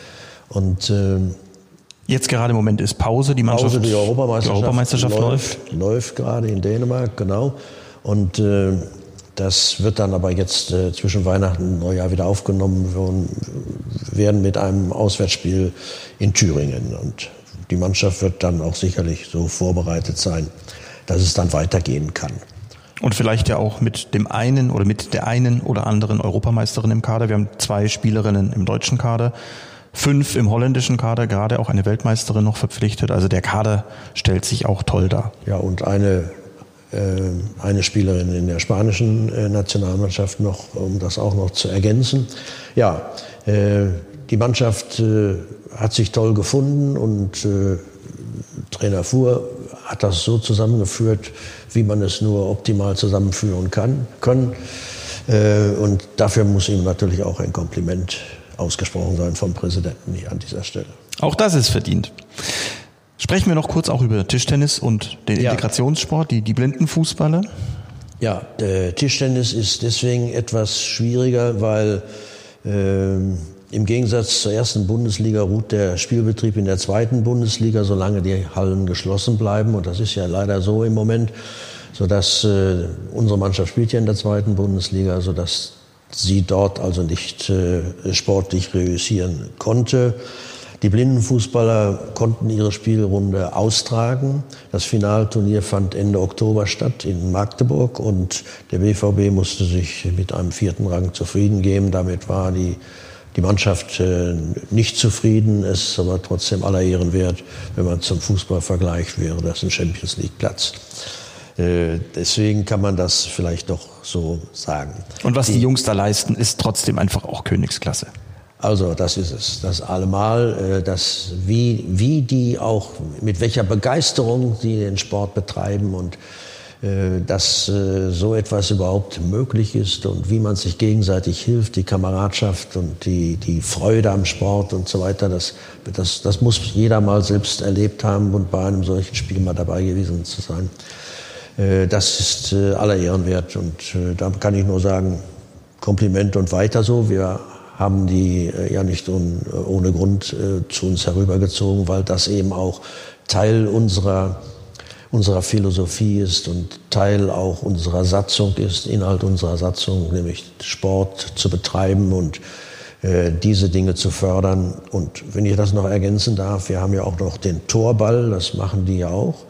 Und äh, jetzt gerade im Moment ist Pause, die Mannschaft, Pause, die Europameisterschaft, die Europameisterschaft läuft, läuft. Läuft gerade in Dänemark, genau. Und äh, das wird dann aber jetzt äh, zwischen Weihnachten und Neujahr wieder aufgenommen werden, werden mit einem Auswärtsspiel in Thüringen. Und die Mannschaft wird dann auch sicherlich so vorbereitet sein, dass es dann weitergehen kann. Und vielleicht ja auch mit dem einen oder mit der einen oder anderen Europameisterin im Kader. Wir haben zwei Spielerinnen im deutschen Kader, fünf im holländischen Kader, gerade auch eine Weltmeisterin noch verpflichtet. Also der Kader stellt sich auch toll dar. Ja, und eine, äh, eine Spielerin in der spanischen äh, Nationalmannschaft noch, um das auch noch zu ergänzen. Ja, äh, die Mannschaft äh, hat sich toll gefunden und äh, Trainer Fuhr hat das so zusammengeführt, wie man es nur optimal zusammenführen kann, können. Äh, und dafür muss ihm natürlich auch ein Kompliment ausgesprochen sein vom Präsidenten hier an dieser Stelle. Auch das ist verdient. Sprechen wir noch kurz auch über Tischtennis und den Ja. Integrationssport, die, die Blindenfußballer. Ja, der Tischtennis ist deswegen etwas schwieriger, weil äh, im Gegensatz zur ersten Bundesliga ruht der Spielbetrieb in der zweiten Bundesliga, solange die Hallen geschlossen bleiben. Und das ist ja leider so im Moment, sodass äh, unsere Mannschaft spielt ja in der zweiten Bundesliga, sodass sie dort also nicht äh, sportlich reüssieren konnte. Die Blindenfußballer konnten ihre Spielrunde austragen. Das Finalturnier fand Ende Oktober statt in Magdeburg und der B V B musste sich mit einem vierten Rang zufrieden geben. Damit war die, die Mannschaft äh, nicht zufrieden. Es ist aber trotzdem aller Ehren wert, wenn man zum Fußball vergleicht, wäre das ein Champions League Platz. Äh, deswegen kann man das vielleicht doch so sagen. Und was die, die Jungs da leisten, ist trotzdem einfach auch Königsklasse. Also das ist es, das allemal, das, wie, wie die auch, mit welcher Begeisterung die den Sport betreiben und äh, dass äh, so etwas überhaupt möglich ist und wie man sich gegenseitig hilft, die Kameradschaft und die, die Freude am Sport und so weiter, das, das, das muss jeder mal selbst erlebt haben und bei einem solchen Spiel mal dabei gewesen zu sein. Äh, das ist äh, aller Ehren wert und äh, da kann ich nur sagen, Kompliment und weiter so. Wir haben die äh, ja nicht un, ohne Grund äh, zu uns herübergezogen, weil das eben auch Teil unserer, unserer Philosophie ist und Teil auch unserer Satzung ist, Inhalt unserer Satzung, nämlich Sport zu betreiben und äh, diese Dinge zu fördern. Und wenn ich das noch ergänzen darf, wir haben ja auch noch den Torball, das machen die ja auch.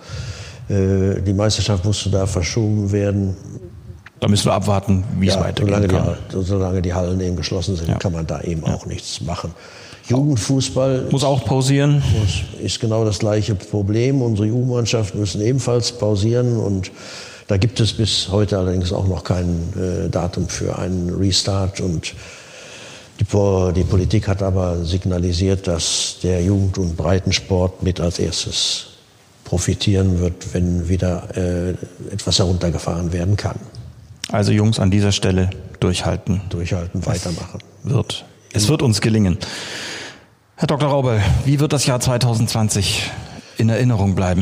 Äh, die Meisterschaft musste da verschoben werden. Da müssen wir abwarten, wie es ja, weitergehen solange kann. Die, solange die Hallen eben geschlossen sind, ja. kann man da eben ja. auch nichts machen. Jugendfußball muss auch pausieren. Muss, ist genau das gleiche Problem. Unsere Jugendmannschaften müssen ebenfalls pausieren. Und da gibt es bis heute allerdings auch noch kein äh, Datum für einen Restart. Und die, die Politik hat aber signalisiert, dass der Jugend- und Breitensport mit als erstes profitieren wird, wenn wieder äh, etwas heruntergefahren werden kann. Also Jungs, an dieser Stelle durchhalten. Durchhalten, weitermachen. Es wird, es wird uns gelingen. Herr Doktor Raubal, wie wird das Jahr zwanzig zwanzig in Erinnerung bleiben?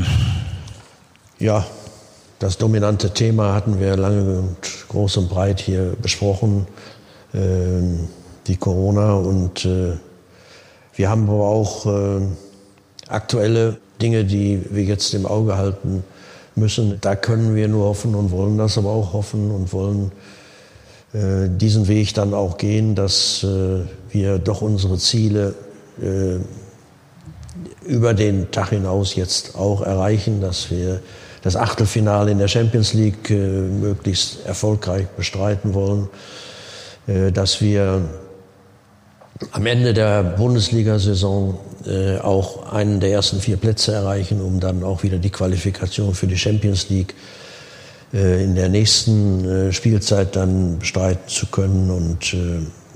Ja, das dominante Thema hatten wir lange und groß und breit hier besprochen, äh, die Corona. Und äh, wir haben aber auch äh, aktuelle Dinge, die wir jetzt im Auge halten müssen. Da können wir nur hoffen und wollen das aber auch hoffen und wollen äh, diesen Weg dann auch gehen, dass äh, wir doch unsere Ziele äh, über den Tag hinaus jetzt auch erreichen, dass wir das Achtelfinale in der Champions League äh, möglichst erfolgreich bestreiten wollen, äh, dass wir am Ende der Bundesliga-Saison äh, auch einen der ersten vier Plätze erreichen, um dann auch wieder die Qualifikation für die Champions League äh, in der nächsten äh, Spielzeit dann bestreiten zu können. Und äh,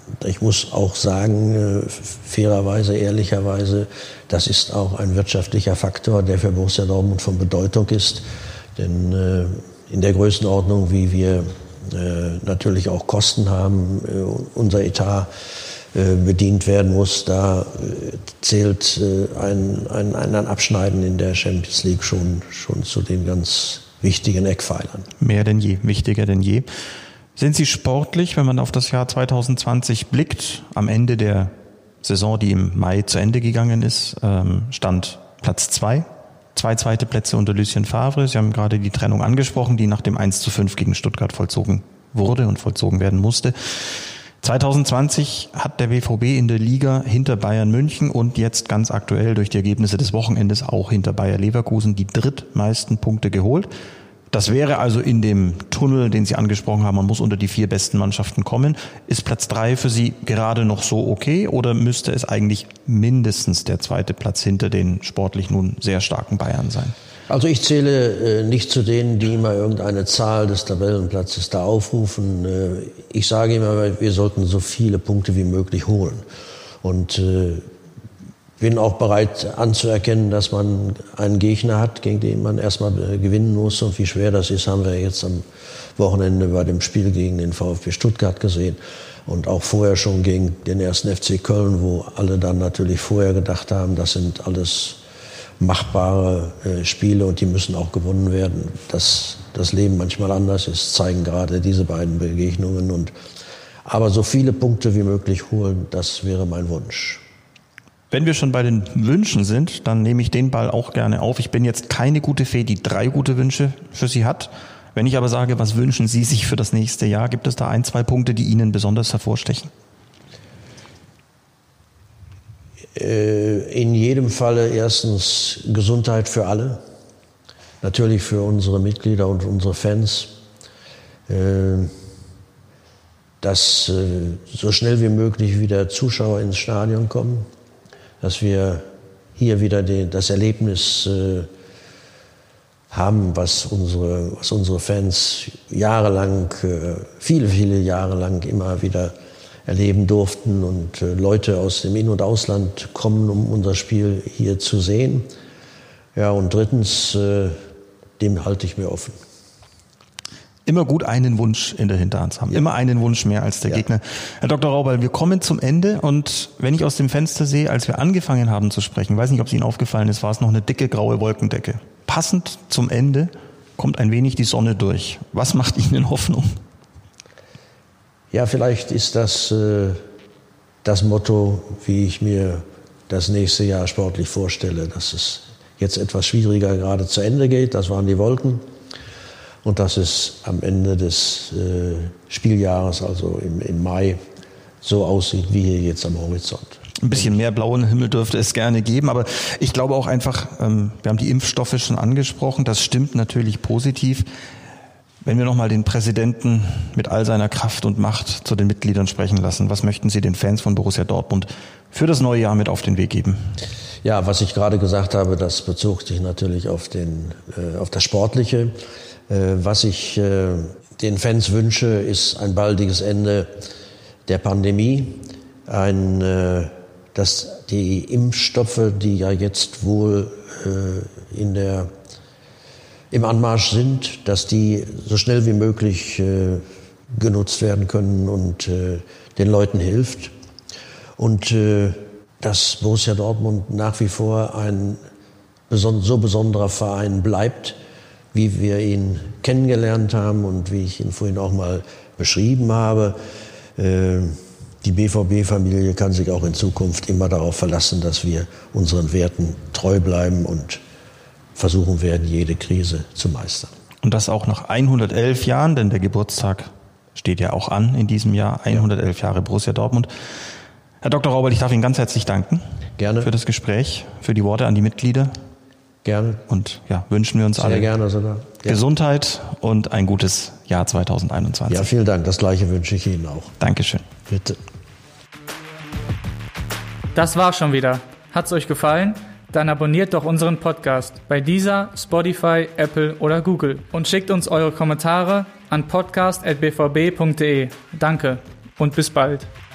ich muss auch sagen, fairerweise, ehrlicherweise, das ist auch ein wirtschaftlicher Faktor, der für Borussia Dortmund von Bedeutung ist. Denn in der Größenordnung, wie wir natürlich auch Kosten haben, unser Etat bedient werden muss, da zählt ein, ein, ein Abschneiden in der Champions League schon, schon zu den ganz wichtigen Eckpfeilern. Mehr denn je, wichtiger denn je. Sind Sie sportlich, wenn man auf das Jahr zwanzig zwanzig blickt, am Ende der Saison, die im Mai zu Ende gegangen ist, stand Platz zwei, zwei zweite Plätze unter Lucien Favre. Sie haben gerade die Trennung angesprochen, die nach dem eins zu fünf gegen Stuttgart vollzogen wurde und vollzogen werden musste. zwanzig zwanzig hat der B V B in der Liga hinter Bayern München und jetzt ganz aktuell durch die Ergebnisse des Wochenendes auch hinter Bayer Leverkusen die drittmeisten Punkte geholt. Das wäre also in dem Tunnel, den Sie angesprochen haben, man muss unter die vier besten Mannschaften kommen. Ist Platz drei für Sie gerade noch so okay oder müsste es eigentlich mindestens der zweite Platz hinter den sportlich nun sehr starken Bayern sein? Also ich zähle äh, nicht zu denen, die immer irgendeine Zahl des Tabellenplatzes da aufrufen. Äh, ich sage immer, wir sollten so viele Punkte wie möglich holen. Und äh, bin auch bereit anzuerkennen, dass man einen Gegner hat, gegen den man erstmal gewinnen muss. Und wie schwer das ist, haben wir jetzt am Wochenende bei dem Spiel gegen den VfB Stuttgart gesehen. Und auch vorher schon gegen den ersten F C Köln, wo alle dann natürlich vorher gedacht haben, das sind alles machbare äh, Spiele und die müssen auch gewonnen werden. Dass das Leben manchmal anders ist, zeigen gerade diese beiden Begegnungen. Und, aber so viele Punkte wie möglich holen, das wäre mein Wunsch. Wenn wir schon bei den Wünschen sind, dann nehme ich den Ball auch gerne auf. Ich bin jetzt keine gute Fee, die drei gute Wünsche für Sie hat. Wenn ich aber sage, was wünschen Sie sich für das nächste Jahr, gibt es da ein, zwei Punkte, die Ihnen besonders hervorstechen? In jedem Falle erstens Gesundheit für alle. Natürlich für unsere Mitglieder und unsere Fans. Dass so schnell wie möglich wieder Zuschauer ins Stadion kommen. Dass wir hier wieder die, das Erlebnis äh, haben, was unsere, was unsere Fans jahrelang, äh, viele, viele Jahre lang immer wieder erleben durften. Und äh, Leute aus dem In- und Ausland kommen, um unser Spiel hier zu sehen. Ja, und drittens, äh, dem halte ich mir offen. Immer gut, einen Wunsch in der Hinterhand zu haben. Ja. Immer einen Wunsch mehr als der ja. Gegner. Herr Doktor Raubal, wir kommen zum Ende und wenn ich aus dem Fenster sehe, als wir angefangen haben zu sprechen, weiß nicht, ob es Ihnen aufgefallen ist, war es noch eine dicke graue Wolkendecke. Passend zum Ende kommt ein wenig die Sonne durch. Was macht Ihnen Hoffnung? Ja, vielleicht ist das äh, das Motto, wie ich mir das nächste Jahr sportlich vorstelle, dass es jetzt etwas schwieriger gerade zu Ende geht. Das waren die Wolken. Und dass es am Ende des äh, Spieljahres, also im, im Mai, so aussieht wie hier jetzt am Horizont. Ein bisschen mehr blauen Himmel dürfte es gerne geben, aber ich glaube auch einfach, ähm, wir haben die Impfstoffe schon angesprochen, das stimmt natürlich positiv. Wenn wir nochmal den Präsidenten mit all seiner Kraft und Macht zu den Mitgliedern sprechen lassen, was möchten Sie den Fans von Borussia Dortmund für das neue Jahr mit auf den Weg geben? Ja, was ich gerade gesagt habe, das bezog sich natürlich auf, den, äh, auf das Sportliche. Was ich äh, den Fans wünsche, ist ein baldiges Ende der Pandemie, ein, äh, dass die Impfstoffe, die ja jetzt wohl äh, in der, im Anmarsch sind, dass die so schnell wie möglich äh, genutzt werden können und äh, den Leuten hilft. Und äh, dass Borussia Dortmund nach wie vor ein beson- so besonderer Verein bleibt, wie wir ihn kennengelernt haben und wie ich ihn vorhin auch mal beschrieben habe. Die B V B-Familie kann sich auch in Zukunft immer darauf verlassen, dass wir unseren Werten treu bleiben und versuchen werden, jede Krise zu meistern. Und das auch nach hundertelf Jahren, denn der Geburtstag steht ja auch an in diesem Jahr, hundertelf Jahre Borussia Dortmund. Herr Doktor Raubal, ich darf Ihnen ganz herzlich danken. Gerne. Für das Gespräch, für die Worte an die Mitglieder. Gerne. Und ja, wünschen wir uns Sehr alle gerne sogar. Ja. Gesundheit und ein gutes Jahr zwanzig einundzwanzig. Ja, vielen Dank. Das Gleiche wünsche ich Ihnen auch. Dankeschön. Bitte. Das war's schon wieder. Hat's euch gefallen? Dann abonniert doch unseren Podcast bei Deezer, Spotify, Apple oder Google und schickt uns eure Kommentare an podcast at b v b punkt d e. Danke und bis bald.